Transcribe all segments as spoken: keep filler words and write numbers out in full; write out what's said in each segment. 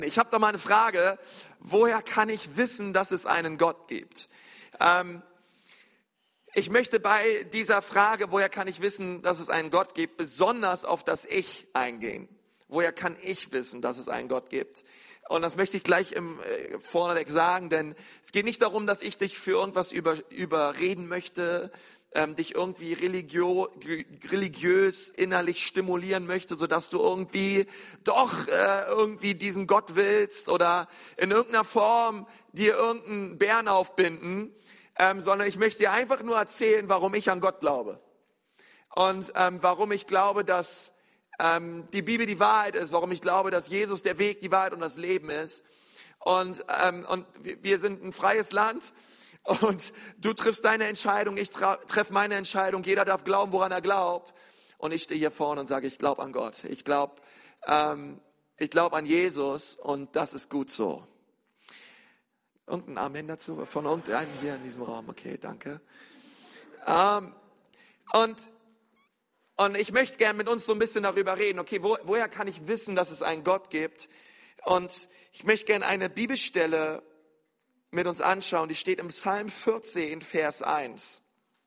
Ich habe da mal eine Frage, woher kann ich wissen, dass es einen Gott gibt? Ähm, ich möchte bei dieser Frage, woher kann ich wissen, dass es einen Gott gibt, besonders auf das Ich eingehen. Woher kann ich wissen, dass es einen Gott gibt? Und das möchte ich gleich im, äh, vorneweg sagen, denn es geht nicht darum, dass ich dich für irgendwas über, überreden möchte, ähm, dich irgendwie religio, religiös innerlich stimulieren möchte, sodass du irgendwie doch äh, irgendwie diesen Gott willst oder in irgendeiner Form dir irgendeinen Bären aufbinden, ähm, sondern ich möchte dir einfach nur erzählen, warum ich an Gott glaube und ähm, warum ich glaube, dass ähm, die Bibel die Wahrheit ist, warum ich glaube, dass Jesus der Weg, die Wahrheit und das Leben ist. Und, ähm, und wir sind ein freies Land. Und du triffst deine Entscheidung, ich treffe meine Entscheidung. Jeder darf glauben, woran er glaubt. Und ich stehe hier vorne und sage, ich glaube an Gott. Ich glaube ähm, ich glaube an Jesus und das ist gut so. Irgendein Amen dazu von irgendeinem hier in diesem Raum. Okay, danke. Ähm, und, und ich möchte gerne mit uns so ein bisschen darüber reden. Okay, wo, woher kann ich wissen, dass es einen Gott gibt? Und ich möchte gerne eine Bibelstelle mit uns anschauen, die steht im Psalm vierzehn, Vers eins.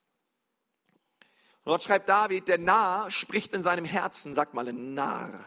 Und dort schreibt David, der Narr spricht in seinem Herzen, sagt mal ein Narr.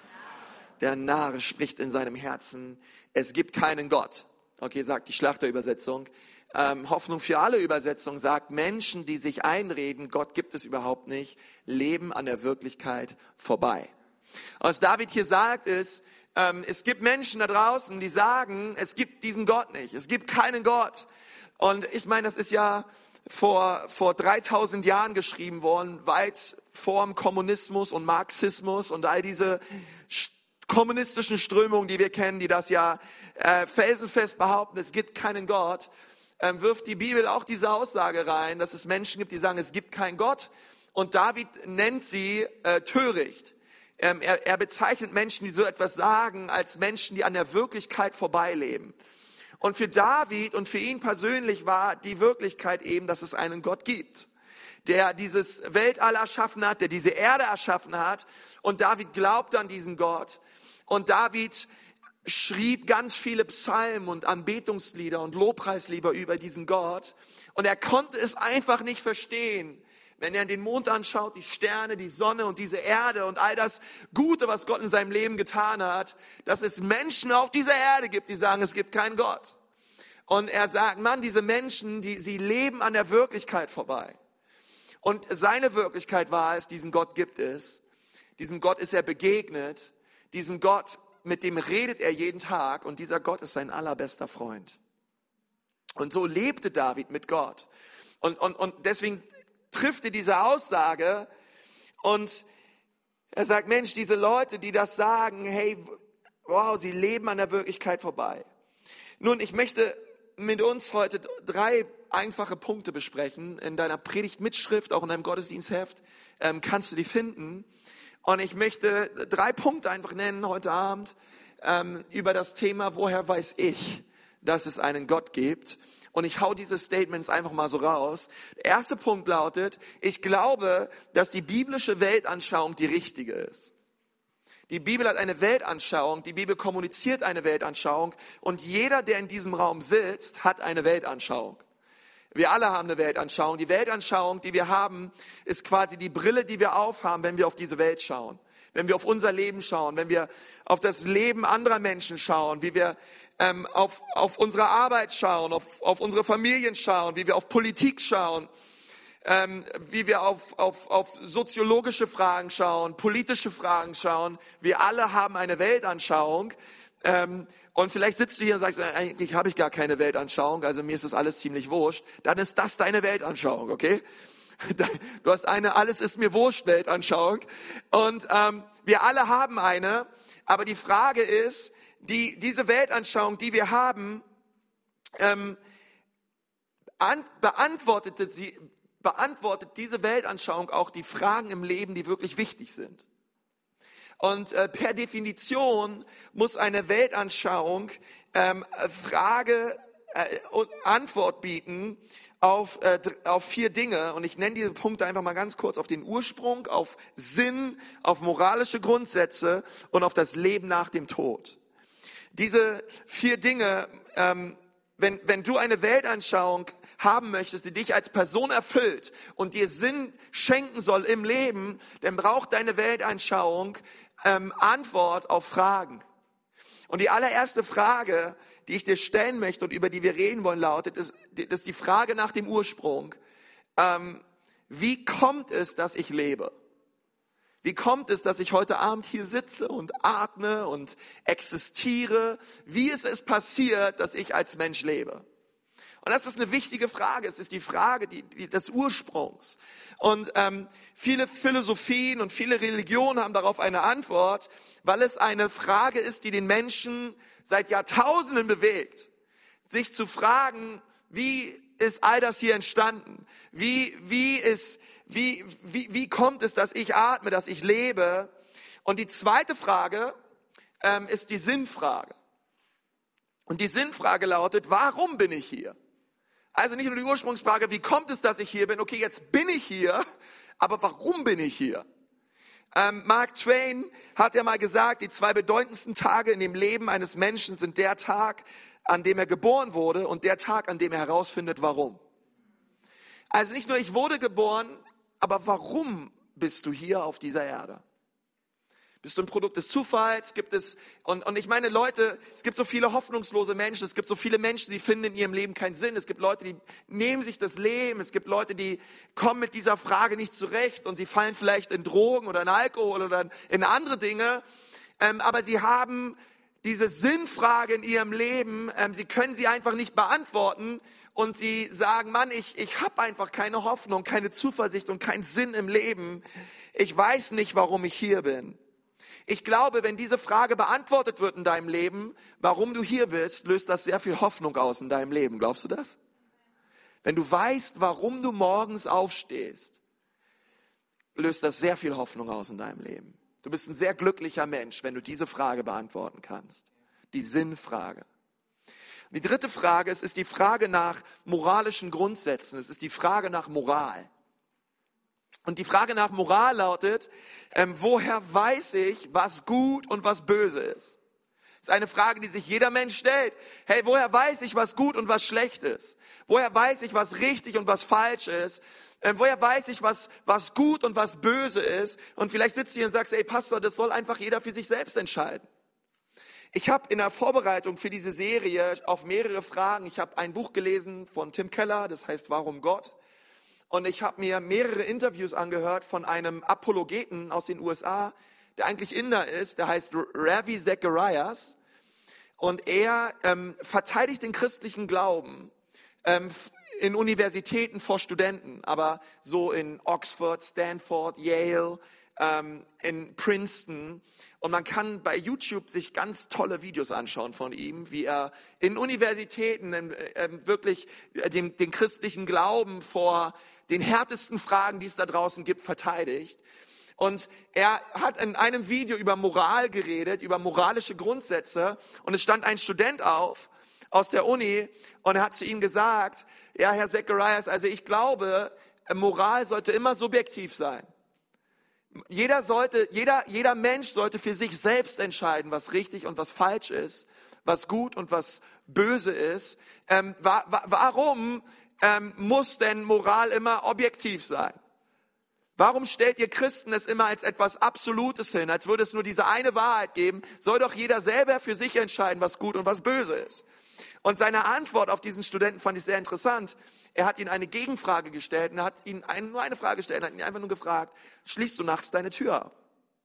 Der Narr spricht in seinem Herzen, es gibt keinen Gott. Okay, sagt die Schlachterübersetzung. Ähm, Hoffnung für alle Übersetzung sagt, Menschen, die sich einreden, Gott gibt es überhaupt nicht, leben an der Wirklichkeit vorbei. Was David hier sagt ist, ähm, es gibt Menschen da draußen, die sagen, es gibt diesen Gott nicht, es gibt keinen Gott. Und ich meine, das ist ja vor, vor dreitausend Jahren geschrieben worden, weit vor dem Kommunismus und Marxismus und all diese kommunistischen Strömungen, die wir kennen, die das ja äh, felsenfest behaupten, es gibt keinen Gott, ähm, wirft die Bibel auch diese Aussage rein, dass es Menschen gibt, die sagen, es gibt keinen Gott. Und David nennt sie äh, töricht. Ähm, er, er bezeichnet Menschen, die so etwas sagen, als Menschen, die an der Wirklichkeit vorbeileben. Und für David und für ihn persönlich war die Wirklichkeit eben, dass es einen Gott gibt, der dieses Weltall erschaffen hat, der diese Erde erschaffen hat. Und David glaubt an diesen Gott. Und David schrieb ganz viele Psalmen und Anbetungslieder und Lobpreislieder über diesen Gott. Und er konnte es einfach nicht verstehen, wenn er den Mond anschaut, die Sterne, die Sonne und diese Erde und all das Gute, was Gott in seinem Leben getan hat, dass es Menschen auf dieser Erde gibt, die sagen, es gibt keinen Gott. Und er sagt, Mann, diese Menschen, die, sie leben an der Wirklichkeit vorbei. Und seine Wirklichkeit war es, diesen Gott gibt es. Diesem Gott ist er begegnet. Diesem Gott, mit dem redet er jeden Tag. Und dieser Gott ist sein allerbester Freund. Und so lebte David mit Gott. Und, und, und deswegen trifft er diese Aussage. Und er sagt, Mensch, diese Leute, die das sagen, hey, wow, sie leben an der Wirklichkeit vorbei. Nun, ich möchte mit uns heute drei einfache Punkte besprechen. In deiner Predigtmitschrift, auch in deinem Gottesdienstheft, ähm, kannst du die finden. Und ich möchte drei Punkte einfach nennen heute Abend ähm, über das Thema, woher weiß ich, dass es einen Gott gibt. Und ich hau diese Statements einfach mal so raus. Der erste Punkt lautet, ich glaube, dass die biblische Weltanschauung die richtige ist. Die Bibel hat eine Weltanschauung, die Bibel kommuniziert eine Weltanschauung und jeder, der in diesem Raum sitzt, hat eine Weltanschauung. Wir alle haben eine Weltanschauung. Die Weltanschauung, die wir haben, ist quasi die Brille, die wir aufhaben, wenn wir auf diese Welt schauen. Wenn wir auf unser Leben schauen, wenn wir auf das Leben anderer Menschen schauen, wie wir ähm, auf, auf unsere Arbeit schauen, auf, auf unsere Familien schauen, wie wir auf Politik schauen, ähm, wie wir auf, auf, auf soziologische Fragen schauen, politische Fragen schauen. Wir alle haben eine Weltanschauung. Ähm, und vielleicht sitzt du hier und sagst, eigentlich habe ich gar keine Weltanschauung, also mir ist das alles ziemlich wurscht. Dann ist das deine Weltanschauung, okay? Du hast eine alles ist mir wurscht Weltanschauung. Und ähm, wir alle haben eine, aber die Frage ist, die diese Weltanschauung, die wir haben, ähm, an, beantwortet sie, beantwortet diese Weltanschauung auch die Fragen im Leben, die wirklich wichtig sind. Und äh, per Definition muss eine Weltanschauung ähm, Frage äh, und Antwort bieten auf, äh, auf vier Dinge. Und ich nenne diese Punkte einfach mal ganz kurz: auf den Ursprung, auf Sinn, auf moralische Grundsätze und auf das Leben nach dem Tod. diese vier Dinge, ähm, wenn, wenn du eine Weltanschauung haben möchtest, die dich als Person erfüllt und dir Sinn schenken soll im Leben, dann braucht deine Weltanschauung ähm, Antwort auf Fragen. Und die allererste Frage, die ich dir stellen möchte und über die wir reden wollen, lautet, ist, das ist die Frage nach dem Ursprung. Ähm, wie kommt es, dass ich lebe? Wie kommt es, dass ich heute Abend hier sitze und atme und existiere? Wie ist es passiert, dass ich als Mensch lebe? Und das ist eine wichtige Frage. Es ist die Frage die, die, des Ursprungs. Und ähm, viele Philosophien und viele Religionen haben darauf eine Antwort, weil es eine Frage ist, die den Menschen seit Jahrtausenden bewegt. Sich zu fragen, wie ist all das hier entstanden? Wie, wie, ist, wie, wie, wie kommt es, dass ich atme, dass ich lebe? Und die zweite Frage ähm, ist die Sinnfrage. Und die Sinnfrage lautet, warum bin ich hier? Also nicht nur die Ursprungsfrage, wie kommt es, dass ich hier bin? Okay, jetzt bin ich hier, aber warum bin ich hier? Ähm, Mark Twain hat ja mal gesagt, die zwei bedeutendsten Tage in dem Leben eines Menschen sind der Tag, an dem er geboren wurde und der Tag, an dem er herausfindet, warum. Also nicht nur ich wurde geboren, aber warum bist du hier auf dieser Erde? Bist du ein Produkt des Zufalls? Gibt es, und, und ich meine, Leute, es gibt so viele hoffnungslose Menschen, es gibt so viele Menschen, die finden in ihrem Leben keinen Sinn. Es gibt Leute, die nehmen sich das Leben, es gibt Leute, die kommen mit dieser Frage nicht zurecht und sie fallen vielleicht in Drogen oder in Alkohol oder in andere Dinge. Ähm, aber sie haben diese Sinnfrage in ihrem Leben, ähm, sie können sie einfach nicht beantworten und sie sagen, Mann, ich, ich habe einfach keine Hoffnung, keine Zuversicht und keinen Sinn im Leben. Ich weiß nicht, warum ich hier bin. Ich glaube, wenn diese Frage beantwortet wird in deinem Leben, warum du hier bist, löst das sehr viel Hoffnung aus in deinem Leben. Glaubst du das? Wenn du weißt, warum du morgens aufstehst, löst das sehr viel Hoffnung aus in deinem Leben. Du bist ein sehr glücklicher Mensch, wenn du diese Frage beantworten kannst. Die Sinnfrage. Und die dritte Frage, es ist die Frage nach moralischen Grundsätzen. Es ist die Frage nach Moral. Und die Frage nach Moral lautet, ähm, woher weiß ich, was gut und was böse ist? Das ist eine Frage, die sich jeder Mensch stellt. Hey, woher weiß ich, was gut und was schlecht ist? Woher weiß ich, was richtig und was falsch ist? Ähm, woher weiß ich, was, was gut und was böse ist? Und vielleicht sitzt du hier und sagst, ey Pastor, das soll einfach jeder für sich selbst entscheiden. Ich habe in der Vorbereitung für diese Serie auf mehrere Fragen, ich habe ein Buch gelesen von Tim Keller, das heißt Warum Gott? Und ich habe mir mehrere Interviews angehört von einem Apologeten aus den U S A, der eigentlich Inder ist, der heißt Ravi Zacharias. Und er ähm, verteidigt den christlichen Glauben ähm, in Universitäten vor Studenten, aber so in Oxford, Stanford, Yale, ähm, in Princeton. Und man kann bei YouTube sich ganz tolle Videos anschauen von ihm, wie er in Universitäten äh, wirklich den, den christlichen Glauben vor den härtesten Fragen, die es da draußen gibt, verteidigt. Und er hat in einem Video über Moral geredet, über moralische Grundsätze. Und es stand ein Student auf aus der Uni und er hat zu ihm gesagt, ja, Herr Zacharias, also ich glaube, Moral sollte immer subjektiv sein. Jeder sollte, jeder, jeder Mensch sollte für sich selbst entscheiden, was richtig und was falsch ist, was gut und was böse ist. Ähm, wa, wa, warum ähm, muss denn Moral immer objektiv sein? Warum stellt ihr Christen es immer als etwas Absolutes hin, als würde es nur diese eine Wahrheit geben? Soll doch jeder selber für sich entscheiden, was gut und was böse ist. Und seine Antwort auf diesen Studenten fand ich sehr interessant. Er hat ihn eine Gegenfrage gestellt und er hat ihn ein, nur eine Frage gestellt, hat ihn einfach nur gefragt, schließt du nachts deine Tür ab?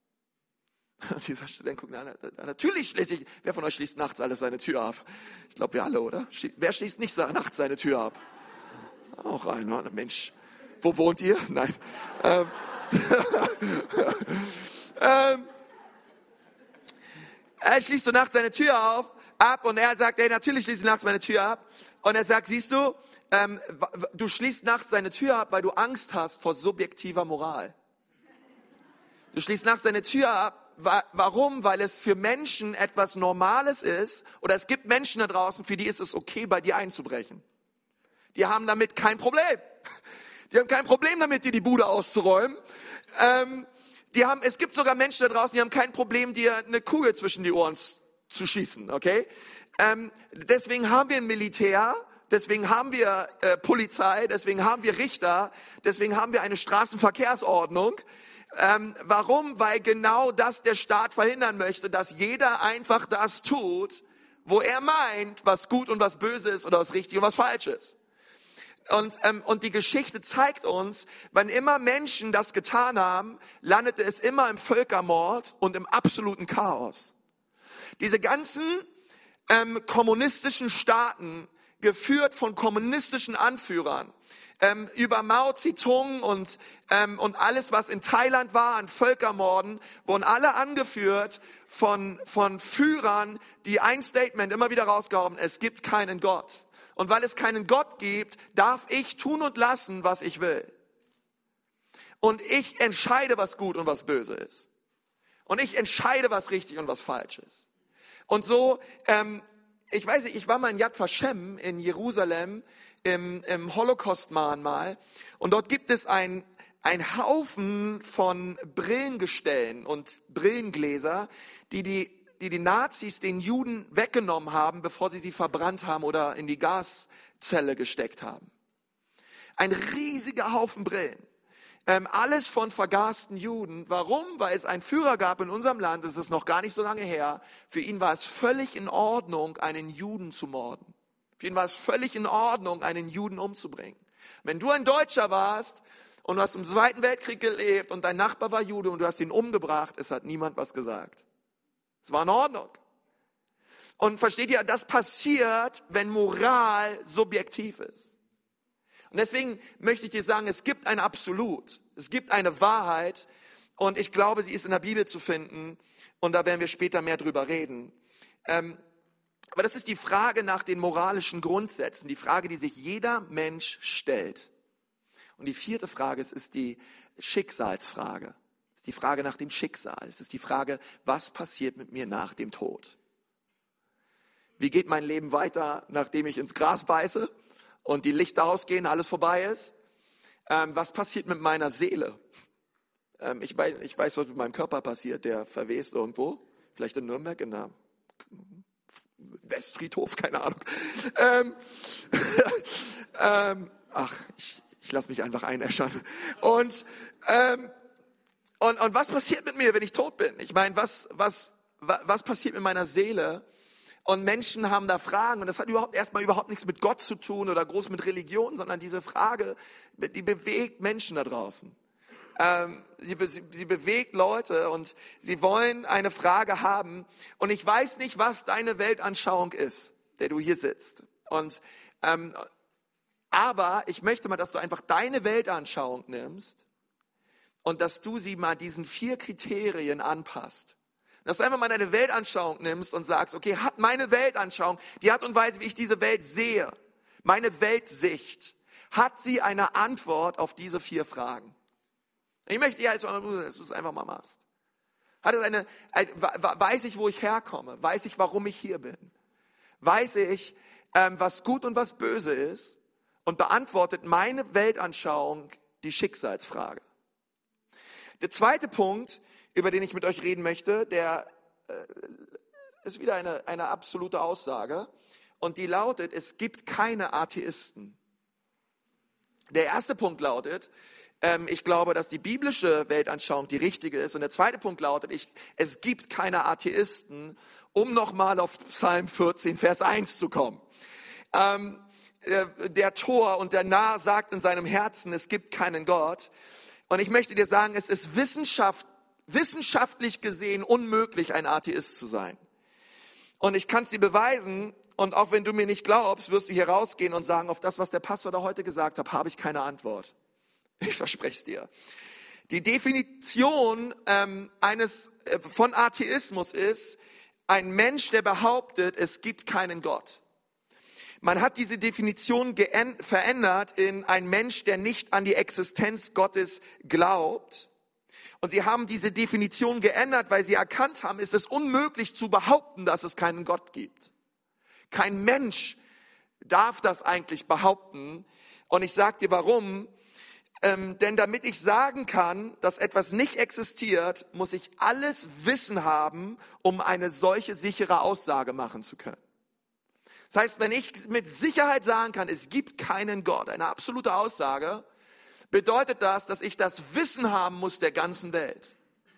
Und dieser Student guckt, na, na, natürlich schließe ich, wer von euch schließt nachts alles seine Tür ab? Ich glaube, wir alle, oder? Wer schließt nicht nachts seine Tür ab? Auch einer, Mensch. Wo wohnt ihr? Nein. Ähm, ähm, er schließt so nachts seine Tür auf, ab und er sagt, ey, natürlich schließe ich nachts meine Tür ab. Und er sagt, siehst du, ähm, du schließt nachts deine Tür ab, weil du Angst hast vor subjektiver Moral. Du schließt nachts deine Tür ab. Wa- warum? Weil es für Menschen etwas Normales ist, oder es gibt Menschen da draußen, für die ist es okay, bei dir einzubrechen. Die haben damit kein Problem. Die haben kein Problem damit, dir die Bude auszuräumen. Ähm, die haben, es gibt sogar Menschen da draußen, die haben kein Problem, dir eine Kugel zwischen die Ohren zu schießen, okay? Ähm, deswegen haben wir ein Militär, deswegen haben wir äh, Polizei, deswegen haben wir Richter, deswegen haben wir eine Straßenverkehrsordnung. Ähm, warum? Weil genau das der Staat verhindern möchte, dass jeder einfach das tut, wo er meint, was gut und was böse ist oder was richtig und was falsch ist. Und, ähm, und die Geschichte zeigt uns, wann immer Menschen das getan haben, landete es immer im Völkermord und im absoluten Chaos. Diese ganzen ähm, kommunistischen Staaten, geführt von kommunistischen Anführern, ähm, über Mao Zedong und, ähm, und alles, was in Thailand war, an Völkermorden, wurden alle angeführt von, von Führern, die ein Statement immer wieder rausgehauen, es gibt keinen Gott. Und weil es keinen Gott gibt, darf ich tun und lassen, was ich will. Und ich entscheide, was gut und was böse ist. Und ich entscheide, was richtig und was falsch ist. Und so, ähm, ich weiß nicht, ich war mal in Yad Vashem in Jerusalem im, im Holocaust-Mahnmal. Und dort gibt es ein, ein Haufen von Brillengestellen und Brillengläser, die die die die Nazis den Juden weggenommen haben, bevor sie sie verbrannt haben oder in die Gaszelle gesteckt haben. Ein riesiger Haufen Brillen. Ähm, alles von vergasten Juden. Warum? Weil es einen Führer gab in unserem Land, das ist noch gar nicht so lange her. Für ihn war es völlig in Ordnung, einen Juden zu morden. Für ihn war es völlig in Ordnung, einen Juden umzubringen. Wenn du ein Deutscher warst und du hast im Zweiten Weltkrieg gelebt und dein Nachbar war Jude und du hast ihn umgebracht, es hat niemand was gesagt. Es war in Ordnung. Und versteht ihr, das passiert, wenn Moral subjektiv ist. Und deswegen möchte ich dir sagen, es gibt ein Absolut, es gibt eine Wahrheit und ich glaube, sie ist in der Bibel zu finden und da werden wir später mehr drüber reden. Ähm, aber das ist die Frage nach den moralischen Grundsätzen, die Frage, die sich jeder Mensch stellt. Und die vierte Frage ist, ist die Schicksalsfrage. Die Frage nach dem Schicksal. Es ist die Frage, was passiert mit mir nach dem Tod? Wie geht mein Leben weiter, nachdem ich ins Gras beiße und die Lichter ausgehen, alles vorbei ist? Ähm, was passiert mit meiner Seele? Ähm, ich, weiß, ich weiß, was mit meinem Körper passiert. Der verwest irgendwo. Vielleicht in Nürnberg, in der Westfriedhof, keine Ahnung. Ähm, ähm, ach, ich, ich lasse mich einfach einäschern. Und ähm, Und, und was passiert mit mir, wenn ich tot bin? Ich meine, was, was, was passiert mit meiner Seele? Und Menschen haben da Fragen. Und das hat überhaupt erstmal überhaupt nichts mit Gott zu tun oder groß mit Religion, sondern diese Frage, die bewegt Menschen da draußen. Ähm, sie, sie, sie bewegt Leute und sie wollen eine Frage haben. Und ich weiß nicht, was deine Weltanschauung ist, der du hier sitzt. Und, ähm, aber ich möchte mal, dass du einfach deine Weltanschauung nimmst. Und dass du sie mal diesen vier Kriterien anpasst. Dass du einfach mal deine Weltanschauung nimmst und sagst, okay, hat meine Weltanschauung, die Art und Weise, wie ich diese Welt sehe, meine Weltsicht, hat sie eine Antwort auf diese vier Fragen? Ich möchte ja jetzt mal, dass du es einfach mal machst. Hat es eine, weiß ich, wo ich herkomme? Weiß ich, warum ich hier bin? Weiß ich, was gut und was böse ist? Und beantwortet meine Weltanschauung die Schicksalsfrage? Der zweite Punkt, über den ich mit euch reden möchte, der äh, ist wieder eine, eine absolute Aussage. Und die lautet, es gibt keine Atheisten. Der erste Punkt lautet, ähm, ich glaube, dass die biblische Weltanschauung die richtige ist. Und der zweite Punkt lautet, ich, es gibt keine Atheisten, um nochmal auf Psalm vierzehn, Vers eins zu kommen. Ähm, der, der Tor und der Narr sagt in seinem Herzen, es gibt keinen Gott. Und ich möchte dir sagen, es ist Wissenschaft, wissenschaftlich gesehen unmöglich, ein Atheist zu sein. Und ich kann es dir beweisen, und auch wenn du mir nicht glaubst, wirst du hier rausgehen und sagen, auf das, was der Pastor da heute gesagt hat, habe ich keine Antwort. Ich verspreche es dir. Die Definition ähm, eines äh, von Atheismus ist, ein Mensch, der behauptet, es gibt keinen Gott. Man hat diese Definition geänd- verändert in ein Mensch, der nicht an die Existenz Gottes glaubt. Und sie haben diese Definition geändert, weil sie erkannt haben, es ist unmöglich zu behaupten, dass es keinen Gott gibt. Kein Mensch darf das eigentlich behaupten. Und ich sage dir warum. Ähm, denn damit ich sagen kann, dass etwas nicht existiert, muss ich alles Wissen haben, um eine solche sichere Aussage machen zu können. Das heißt, wenn ich mit Sicherheit sagen kann, es gibt keinen Gott, eine absolute Aussage, bedeutet das, dass ich das Wissen haben muss der ganzen Welt.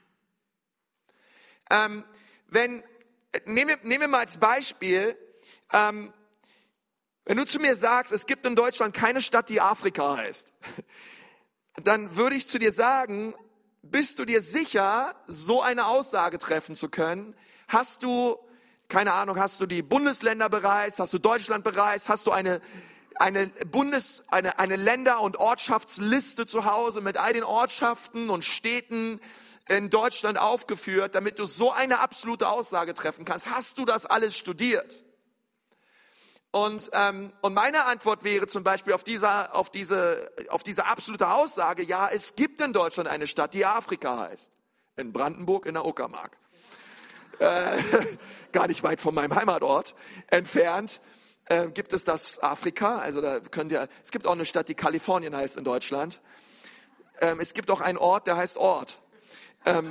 Ähm, wenn, nehmen wir, nehmen wir mal als Beispiel, ähm, wenn du zu mir sagst, es gibt in Deutschland keine Stadt, die Afrika heißt, dann würde ich zu dir sagen, bist du dir sicher, so eine Aussage treffen zu können? Hast du, keine Ahnung, hast du die Bundesländer bereist, hast du Deutschland bereist, hast du eine, eine Bundes, eine, eine Länder- und Ortschaftsliste zu Hause mit all den Ortschaften und Städten in Deutschland aufgeführt, damit du so eine absolute Aussage treffen kannst? Hast du das alles studiert? Und, ähm, und meine Antwort wäre zum Beispiel auf, dieser, auf, diese, auf diese absolute Aussage, ja, es gibt in Deutschland eine Stadt, die Afrika heißt. In Brandenburg in der Uckermark. Äh, gar nicht weit von meinem Heimatort entfernt äh, gibt es das Afrika. Also da könnt ihr, es gibt auch eine Stadt, die Kalifornien heißt in Deutschland. Ähm, es gibt auch einen Ort, der heißt Ort. Ähm,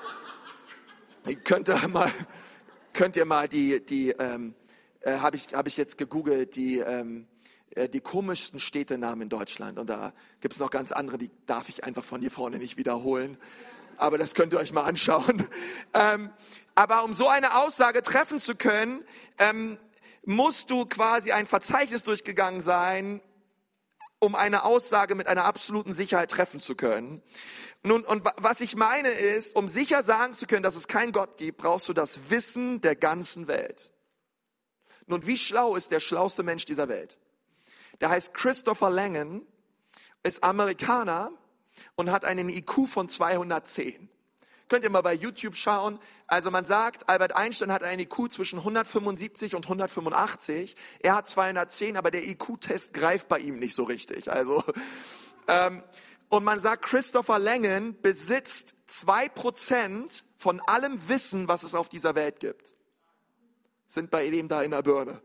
könnt ihr mal, könnt ihr mal die, die ähm, äh, habe ich, hab ich jetzt gegoogelt, die, ähm, äh, die komischsten Städtenamen in Deutschland. Und da gibt es noch ganz andere, die darf ich einfach von hier vorne nicht wiederholen. Aber das könnt ihr euch mal anschauen. Ähm, aber um so eine Aussage treffen zu können, ähm, musst du quasi ein Verzeichnis durchgegangen sein, um eine Aussage mit einer absoluten Sicherheit treffen zu können. Nun, und was ich meine ist, um sicher sagen zu können, dass es keinen Gott gibt, brauchst du das Wissen der ganzen Welt. Nun, wie schlau ist der schlauste Mensch dieser Welt? Der heißt Christopher Langen, ist Amerikaner und hat einen I Q von zweihundertzehn. Könnt ihr mal bei YouTube schauen. Also man sagt, Albert Einstein hat einen I Q zwischen hundertfünfundsiebzig und hundertfünfundachtzig. Er hat zweihundertzehn, aber der I Q-Test greift bei ihm nicht so richtig. Also ähm, und man sagt, Christopher Langen besitzt zwei Prozent von allem Wissen, was es auf dieser Welt gibt. Sind bei ihm da in der Birne.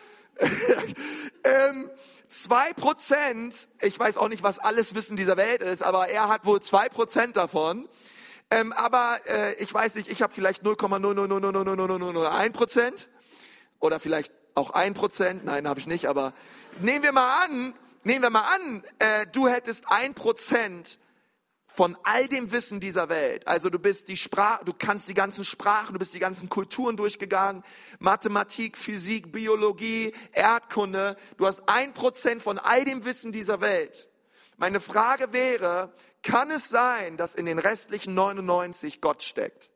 ähm, zwei Prozent, ich weiß auch nicht, was alles Wissen dieser Welt ist, aber er hat wohl zwei Prozent davon. Ähm, aber äh, ich weiß nicht, ich habe vielleicht null Komma null null null null null null null null eins Prozent oder vielleicht auch ein Prozent. Nein, habe ich nicht, aber nehmen wir mal an, nehmen wir mal an, äh, du hättest ein Prozent von all dem Wissen dieser Welt. Also du bist die Sprache, du kannst die ganzen Sprachen, du bist die ganzen Kulturen durchgegangen, Mathematik, Physik, Biologie, Erdkunde. Du hast ein Prozent von all dem Wissen dieser Welt. Meine Frage wäre, kann es sein, dass in den restlichen neunundneunzig Gott steckt?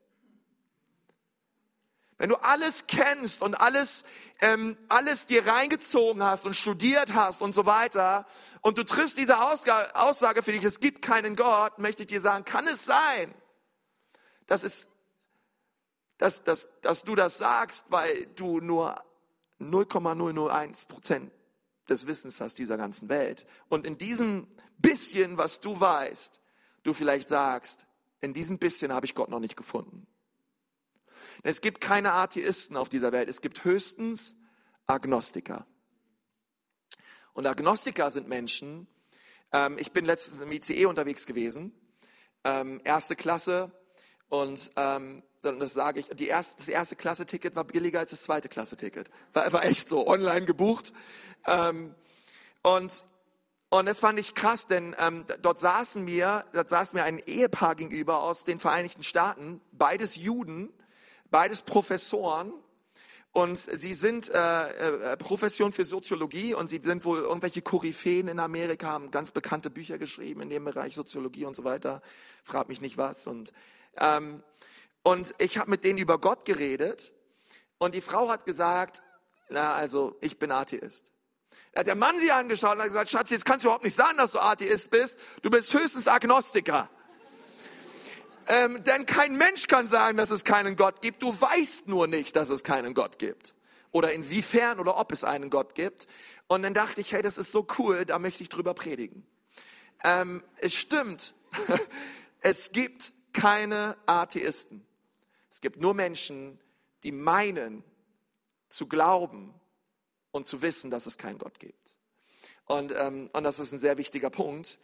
Wenn du alles kennst und alles, ähm, alles dir reingezogen hast und studiert hast und so weiter und du triffst diese Ausga- Aussage für dich, es gibt keinen Gott, möchte ich dir sagen, kann es sein, dass, es, dass, dass, dass du das sagst, weil du nur null Komma null null eins Prozent des Wissens hast dieser ganzen Welt und in diesem bisschen, was du weißt, du vielleicht sagst, in diesem bisschen habe ich Gott noch nicht gefunden. Es gibt keine Atheisten auf dieser Welt, es gibt höchstens Agnostiker. Und Agnostiker sind Menschen, ähm, ich bin letztens im I C E unterwegs gewesen, ähm, erste Klasse, und ähm, das sage ich, die erste, das erste Klasse-Ticket war billiger als das zweite Klasse-Ticket. War, war echt so, online gebucht. Ähm, und Und das fand ich krass, denn ähm, dort saßen mir, dort saß mir ein Ehepaar gegenüber aus den Vereinigten Staaten, beides Juden, beides Professoren, und sie sind äh, äh, Profession für Soziologie und sie sind wohl irgendwelche Koryphäen in Amerika, haben ganz bekannte Bücher geschrieben in dem Bereich Soziologie und so weiter. Frag mich nicht was. Und ähm, und ich habe mit denen über Gott geredet und die Frau hat gesagt, na also ich bin Atheist. Da hat der Mann sie angeschaut und hat gesagt, Schatz, jetzt kannst du überhaupt nicht sagen, dass du Atheist bist. Du bist höchstens Agnostiker. Ähm, denn kein Mensch kann sagen, dass es keinen Gott gibt. Du weißt nur nicht, dass es keinen Gott gibt. Oder inwiefern oder ob es einen Gott gibt. Und dann dachte ich, hey, das ist so cool, da möchte ich drüber predigen. Ähm, es stimmt, es gibt keine Atheisten. Es gibt nur Menschen, die meinen zu glauben und zu wissen, dass es keinen Gott gibt. Und, ähm, und das ist ein sehr wichtiger Punkt.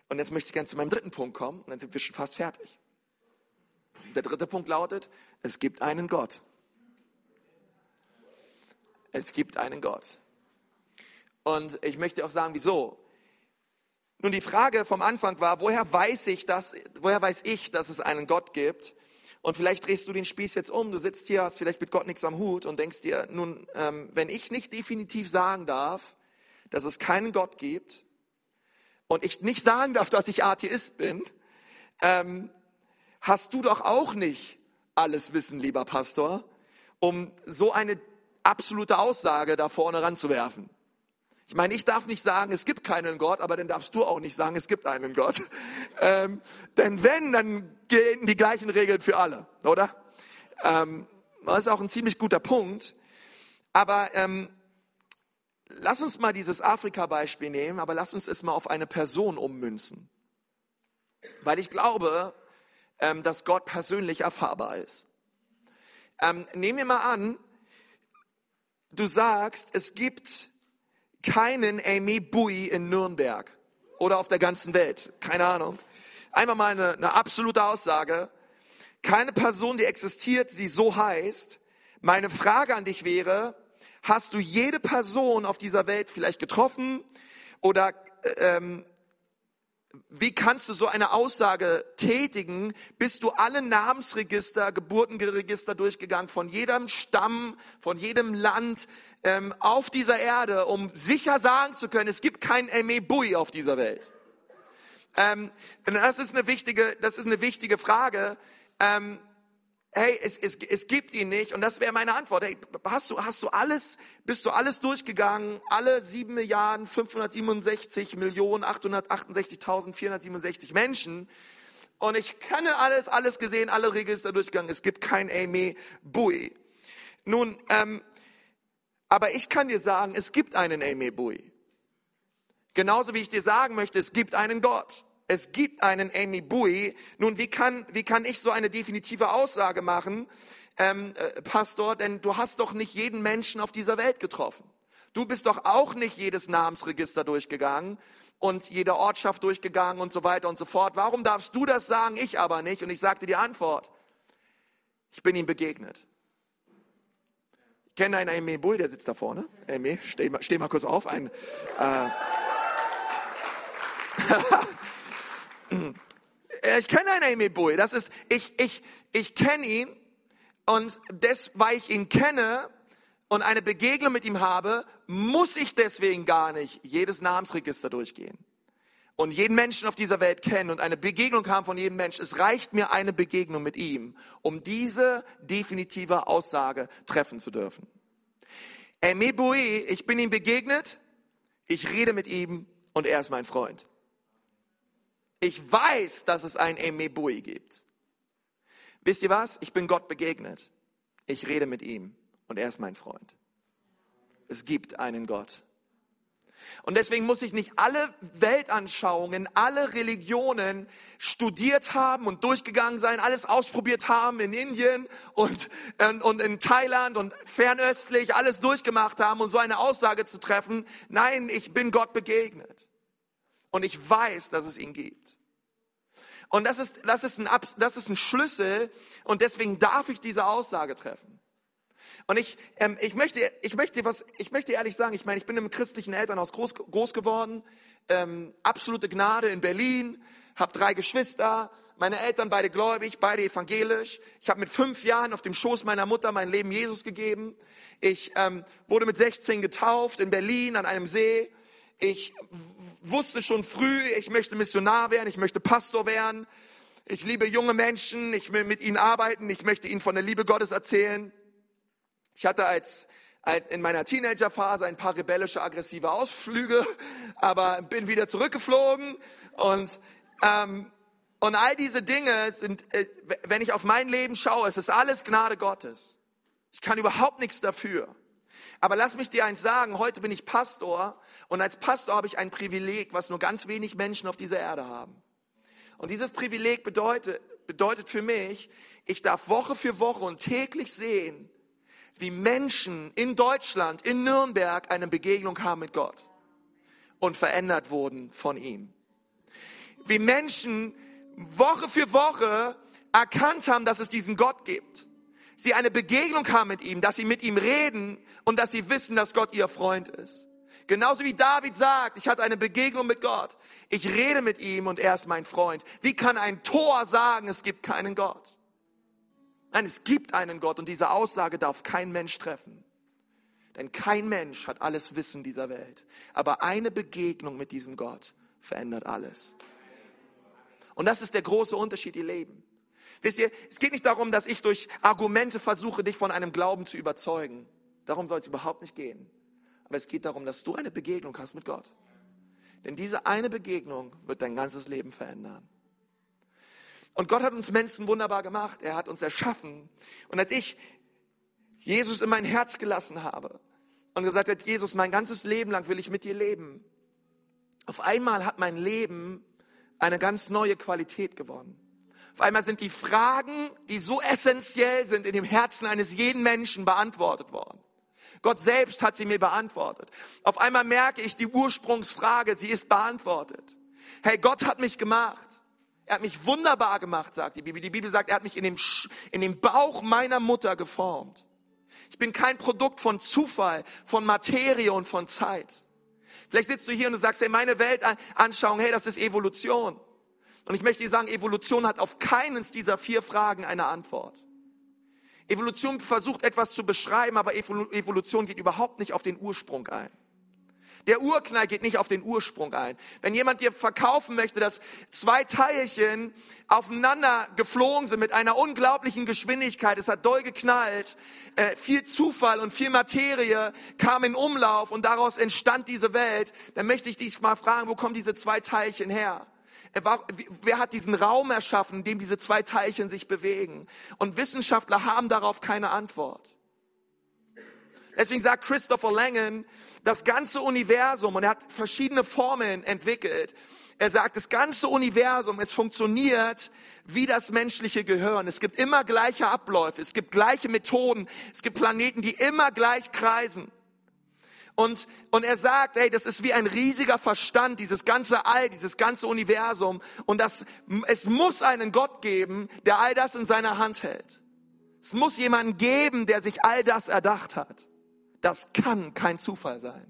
Und jetzt möchte ich gerne zu meinem dritten Punkt kommen und dann sind wir schon fast fertig. Der dritte Punkt lautet, es gibt einen Gott. Es gibt einen Gott. Und ich möchte auch sagen, wieso? Nun, die Frage vom Anfang war, woher weiß ich, dass, woher weiß ich, dass es einen Gott gibt? Und vielleicht drehst du den Spieß jetzt um, du sitzt hier, hast vielleicht mit Gott nichts am Hut und denkst dir, nun, ähm, wenn ich nicht definitiv sagen darf, dass es keinen Gott gibt und ich nicht sagen darf, dass ich Atheist bin, ähm, hast du doch auch nicht alles Wissen, lieber Pastor, um so eine absolute Aussage da vorne ranzuwerfen. Ich meine, ich darf nicht sagen, es gibt keinen Gott, aber dann darfst du auch nicht sagen, es gibt einen Gott. Ähm, denn wenn, dann gelten die gleichen Regeln für alle, oder? Ähm, das ist auch ein ziemlich guter Punkt. Aber ähm, lass uns mal dieses Afrika-Beispiel nehmen, aber lass uns es mal auf eine Person ummünzen. Weil ich glaube, ähm, dass Gott persönlich erfahrbar ist. Ähm, nehmen wir mal an, du sagst, es gibt keinen Aimé Bui in Nürnberg oder auf der ganzen Welt. Keine Ahnung. Einmal mal eine, eine absolute Aussage. Keine Person, die existiert, die so heißt. Meine Frage an dich wäre, hast du jede Person auf dieser Welt vielleicht getroffen? Oder ähm, wie kannst du so eine Aussage tätigen? Bist du alle Namensregister, Geburtenregister durchgegangen von jedem Stamm, von jedem Land ähm, auf dieser Erde, um sicher sagen zu können, es gibt keinen Aimé Bui auf dieser Welt? Ähm, das ist eine wichtige, das ist eine wichtige Frage. Ähm, hey, es, es, es gibt ihn nicht. Und das wäre meine Antwort. Hey, hast du, hast du alles, bist du alles durchgegangen? Alle sieben Milliarden fünfhundertsiebenundsechzig Millionen achthundertachtundsechzigtausendvierhundertsiebenundsechzig Menschen. Und ich kenne alles, alles gesehen, alle Register durchgegangen. Es gibt kein Aimé Bui. Nun, ähm, aber ich kann dir sagen, es gibt einen Aimé Bui. Genauso wie ich dir sagen möchte, es gibt einen Gott. Es gibt einen Aimé Bui. Nun, wie kann, wie kann ich so eine definitive Aussage machen, ähm, äh, Pastor? Denn du hast doch nicht jeden Menschen auf dieser Welt getroffen. Du bist doch auch nicht jedes Namensregister durchgegangen und jede Ortschaft durchgegangen und so weiter und so fort. Warum darfst du das sagen, ich aber nicht? Und ich sagte die Antwort. Ich bin ihm begegnet. Ich kenne einen Aimé Bui, der sitzt da vorne. Aimé, steh mal, steh mal kurz auf. Ein... Äh, Ich kenne einen Aimé Bui, das ist, ich, ich, ich kenne ihn und des, weil ich ihn kenne und eine Begegnung mit ihm habe, muss ich deswegen gar nicht jedes Namensregister durchgehen und jeden Menschen auf dieser Welt kennen und eine Begegnung haben von jedem Menschen. Es reicht mir eine Begegnung mit ihm, um diese definitive Aussage treffen zu dürfen. Aimé Bui, ich bin ihm begegnet, ich rede mit ihm und er ist mein Freund. Ich weiß, dass es einen Aimé Bui gibt. Wisst ihr was? Ich bin Gott begegnet. Ich rede mit ihm und er ist mein Freund. Es gibt einen Gott. Und deswegen muss ich nicht alle Weltanschauungen, alle Religionen studiert haben und durchgegangen sein, alles ausprobiert haben in Indien und, und, und in Thailand und fernöstlich, alles durchgemacht haben, um so eine Aussage zu treffen. Nein, ich bin Gott begegnet. Und ich weiß, dass es ihn gibt. Und das ist, das ist ein, das ist ein Schlüssel und deswegen darf ich diese Aussage treffen. Und ich, ähm, ich möchte, ich möchte was, ich möchte ehrlich sagen, ich meine, ich bin im christlichen Elternhaus groß, groß geworden, ähm, absolute Gnade in Berlin, habe drei Geschwister, meine Eltern beide gläubig, beide evangelisch. Ich habe mit fünf Jahren auf dem Schoß meiner Mutter mein Leben Jesus gegeben. Ich ähm, wurde mit sechzehn getauft in Berlin an einem See. Ich wusste schon früh, ich möchte Missionar werden, ich möchte Pastor werden. Ich liebe junge Menschen, ich will mit ihnen arbeiten, ich möchte ihnen von der Liebe Gottes erzählen. Ich hatte als, als in meiner Teenagerphase ein paar rebellische, aggressive Ausflüge, aber bin wieder zurückgeflogen. Und, ähm, und all diese Dinge sind, äh, wenn ich auf mein Leben schaue, es ist alles Gnade Gottes. Ich kann überhaupt nichts dafür. Aber lass mich dir eins sagen, heute bin ich Pastor und als Pastor habe ich ein Privileg, was nur ganz wenig Menschen auf dieser Erde haben. Und dieses Privileg bedeutet, bedeutet für mich, ich darf Woche für Woche und täglich sehen, wie Menschen in Deutschland, in Nürnberg eine Begegnung haben mit Gott und verändert wurden von ihm. wie Menschen Woche für Woche erkannt haben, dass es diesen Gott gibt. Sie eine Begegnung haben mit ihm, dass sie mit ihm reden und dass sie wissen, dass Gott ihr Freund ist. Genauso wie David sagt, ich hatte eine Begegnung mit Gott. Ich rede mit ihm und er ist mein Freund. Wie kann ein Tor sagen, es gibt keinen Gott? Nein, es gibt einen Gott und diese Aussage darf kein Mensch treffen. Denn kein Mensch hat alles Wissen dieser Welt. Aber eine Begegnung mit diesem Gott verändert alles. Und das ist der große Unterschied, ihr Leben. Wisst ihr, es geht nicht darum, dass ich durch Argumente versuche, dich von einem Glauben zu überzeugen. Darum soll es überhaupt nicht gehen. Aber es geht darum, dass du eine Begegnung hast mit Gott. Denn diese eine Begegnung wird dein ganzes Leben verändern. Und Gott hat uns Menschen wunderbar gemacht. Er hat uns erschaffen. Und als ich Jesus in mein Herz gelassen habe und gesagt habe, Jesus, mein ganzes Leben lang will ich mit dir leben. Auf einmal hat mein Leben eine ganz neue Qualität gewonnen. Auf einmal sind die Fragen, die so essentiell sind in dem Herzen eines jeden Menschen, beantwortet worden. Gott selbst hat sie mir beantwortet. Auf einmal merke ich die Ursprungsfrage, sie ist beantwortet. Hey, Gott hat mich gemacht. Er hat mich wunderbar gemacht, sagt die Bibel. Die Bibel sagt, er hat mich in dem, in dem Bauch meiner Mutter geformt. Ich bin kein Produkt von Zufall, von Materie und von Zeit. Vielleicht sitzt du hier und du sagst, hey, meine Weltanschauung, hey, das ist Evolution. Und ich möchte dir sagen, Evolution hat auf keines dieser vier Fragen eine Antwort. Evolution versucht etwas zu beschreiben, aber Evolution geht überhaupt nicht auf den Ursprung ein. Der Urknall geht nicht auf den Ursprung ein. Wenn jemand dir verkaufen möchte, dass zwei Teilchen aufeinander geflogen sind mit einer unglaublichen Geschwindigkeit, es hat doll geknallt, äh, viel Zufall und viel Materie kam in Umlauf und daraus entstand diese Welt, dann möchte ich dich mal fragen, wo kommen diese zwei Teilchen her? Wer hat diesen Raum erschaffen, in dem diese zwei Teilchen sich bewegen? Und Wissenschaftler haben darauf keine Antwort. Deswegen sagt Christopher Langen, das ganze Universum, und er hat verschiedene Formeln entwickelt, er sagt, das ganze Universum, es funktioniert wie das menschliche Gehirn. Es gibt immer gleiche Abläufe, es gibt gleiche Methoden, es gibt Planeten, die immer gleich kreisen. Und, und er sagt, hey, das ist wie ein riesiger Verstand, dieses ganze All, dieses ganze Universum. Und das, es muss einen Gott geben, der all das in seiner Hand hält. Es muss jemanden geben, der sich all das erdacht hat. Das kann kein Zufall sein.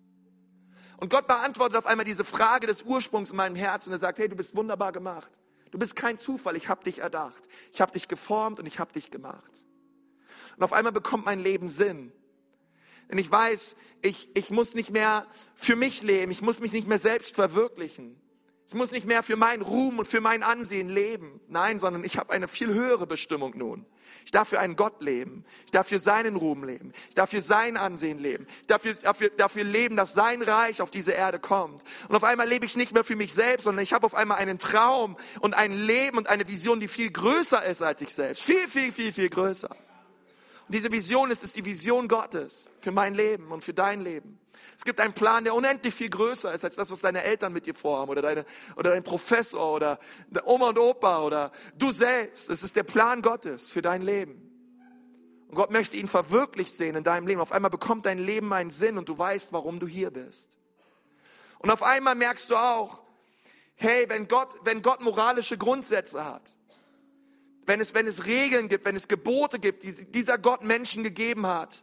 Und Gott beantwortet auf einmal diese Frage des Ursprungs in meinem Herzen. Und er sagt, hey, du bist wunderbar gemacht. Du bist kein Zufall, ich habe dich erdacht. Ich habe dich geformt und ich habe dich gemacht. Und auf einmal bekommt mein Leben Sinn. Denn ich weiß, ich, ich muss nicht mehr für mich leben. Ich muss mich nicht mehr selbst verwirklichen. Ich muss nicht mehr für meinen Ruhm und für mein Ansehen leben. Nein, sondern ich habe eine viel höhere Bestimmung nun. Ich darf für einen Gott leben. Ich darf für seinen Ruhm leben. Ich darf für sein Ansehen leben. Ich darf für, dafür, dafür leben, dass sein Reich auf diese Erde kommt. Und auf einmal lebe ich nicht mehr für mich selbst, sondern ich habe auf einmal einen Traum und ein Leben und eine Vision, die viel größer ist als ich selbst. Viel, viel, viel, viel größer. Und diese Vision ist, ist die Vision Gottes für mein Leben und für dein Leben. Es gibt einen Plan, der unendlich viel größer ist als das, was deine Eltern mit dir vorhaben oder, deine, oder dein Professor oder der Oma und Opa oder du selbst. Es ist der Plan Gottes für dein Leben. Und Gott möchte ihn verwirklicht sehen in deinem Leben. Auf einmal bekommt dein Leben einen Sinn und du weißt, warum du hier bist. Und auf einmal merkst du auch, hey, wenn Gott, wenn Gott moralische Grundsätze hat, wenn es, wenn es Regeln gibt, wenn es Gebote gibt, die dieser Gott Menschen gegeben hat,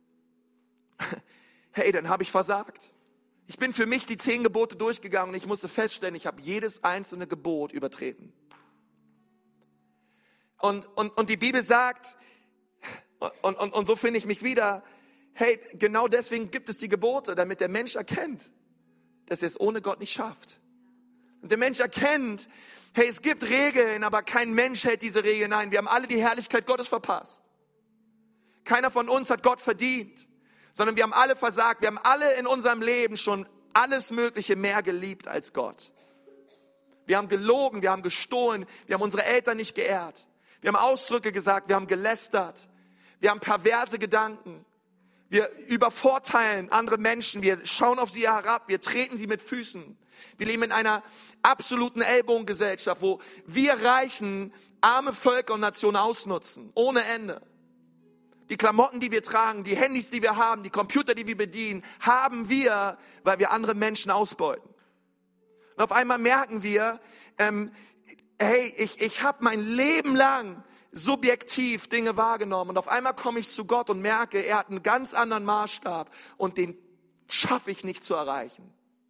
hey, dann habe ich versagt. Ich bin für mich die zehn Gebote durchgegangen und ich musste feststellen, ich habe jedes einzelne Gebot übertreten. Und, und, und die Bibel sagt, und, und, und so finde ich mich wieder, hey, genau deswegen gibt es die Gebote, damit der Mensch erkennt, dass er es ohne Gott nicht schafft. Und der Mensch erkennt, hey, es gibt Regeln, aber kein Mensch hält diese Regeln ein. Wir haben alle die Herrlichkeit Gottes verpasst. Keiner von uns hat Gott verdient, sondern wir haben alle versagt. Wir haben alle in unserem Leben schon alles Mögliche mehr geliebt als Gott. Wir haben gelogen, wir haben gestohlen, wir haben unsere Eltern nicht geehrt. Wir haben Ausdrücke gesagt, wir haben gelästert. Wir haben perverse Gedanken. Wir übervorteilen andere Menschen, wir schauen auf sie herab, wir treten sie mit Füßen. Wir leben in einer absoluten Ellbogengesellschaft, wo wir Reichen arme Völker und Nationen ausnutzen, ohne Ende. Die Klamotten, die wir tragen, die Handys, die wir haben, die Computer, die wir bedienen, haben wir, weil wir andere Menschen ausbeuten. Und auf einmal merken wir, ähm, hey, ich, ich habe mein Leben lang subjektiv Dinge wahrgenommen. Und auf einmal komme ich zu Gott und merke, er hat einen ganz anderen Maßstab und den schaffe ich nicht zu erreichen.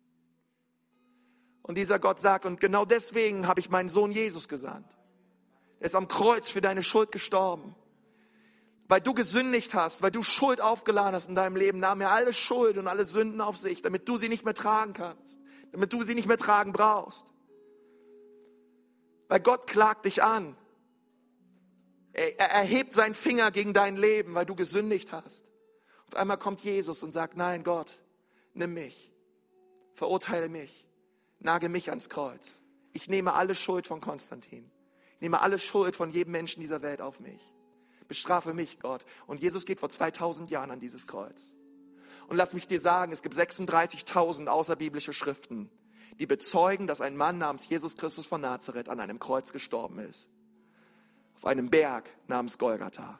Und dieser Gott sagt, und genau deswegen habe ich meinen Sohn Jesus gesandt. Er ist am Kreuz für deine Schuld gestorben. Weil du gesündigt hast, weil du Schuld aufgeladen hast in deinem Leben, nahm er alle Schuld und alle Sünden auf sich, damit du sie nicht mehr tragen kannst, damit du sie nicht mehr tragen brauchst. Weil Gott klagt dich an. Er, er erhebt seinen Finger gegen dein Leben, weil du gesündigt hast. Auf einmal kommt Jesus und sagt, nein Gott, nimm mich, verurteile mich, nagel mich ans Kreuz. Ich nehme alle Schuld von Konstantin. Ich nehme alle Schuld von jedem Menschen dieser Welt auf mich. Bestrafe mich, Gott. Und Jesus geht vor zweitausend Jahren an dieses Kreuz. Und lass mich dir sagen, es gibt sechsunddreißigtausend außerbiblische Schriften, die bezeugen, dass ein Mann namens Jesus Christus von Nazareth an einem Kreuz gestorben ist. Auf einem Berg namens Golgatha.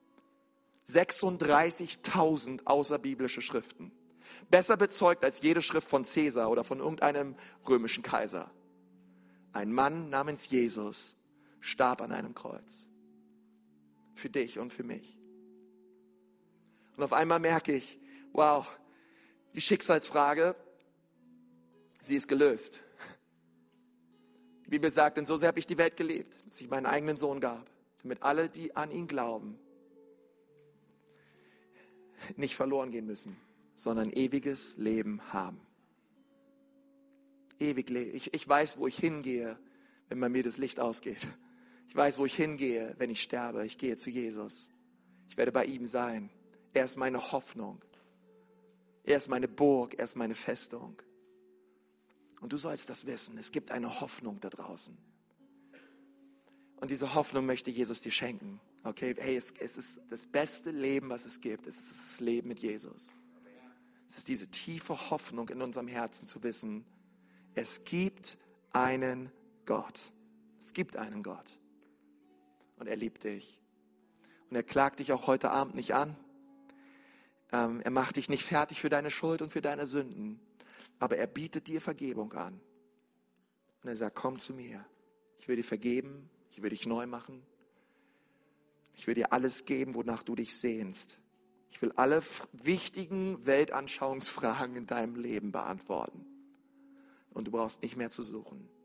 sechsunddreißigtausend außerbiblische Schriften. Besser bezeugt als jede Schrift von Cäsar oder von irgendeinem römischen Kaiser. Ein Mann namens Jesus starb an einem Kreuz. Für dich und für mich. Und auf einmal merke ich, wow, die Schicksalsfrage, sie ist gelöst. Die Bibel sagt, denn so sehr habe ich die Welt geliebt, dass ich meinen eigenen Sohn gab, damit alle, die an ihn glauben, nicht verloren gehen müssen, sondern ewiges Leben haben. Ewig leben. Ich, ich weiß, wo ich hingehe, wenn bei mir das Licht ausgeht. Ich weiß, wo ich hingehe, wenn ich sterbe. Ich gehe zu Jesus. Ich werde bei ihm sein. Er ist meine Hoffnung. Er ist meine Burg. Er ist meine Festung. Und du sollst das wissen. Es gibt eine Hoffnung da draußen. Und diese Hoffnung möchte Jesus dir schenken. Okay, hey, es, es ist das beste Leben, was es gibt. Es ist das Leben mit Jesus. Es ist diese tiefe Hoffnung in unserem Herzen zu wissen, es gibt einen Gott. Es gibt einen Gott. Und er liebt dich. Und er klagt dich auch heute Abend nicht an. Ähm, er macht dich nicht fertig für deine Schuld und für deine Sünden. Aber er bietet dir Vergebung an. Und er sagt, komm zu mir. Ich will dir vergeben. Ich will dich neu machen. Ich will dir alles geben, wonach du dich sehnst. Ich will alle f- wichtigen Weltanschauungsfragen in deinem Leben beantworten. Und du brauchst nicht mehr zu suchen.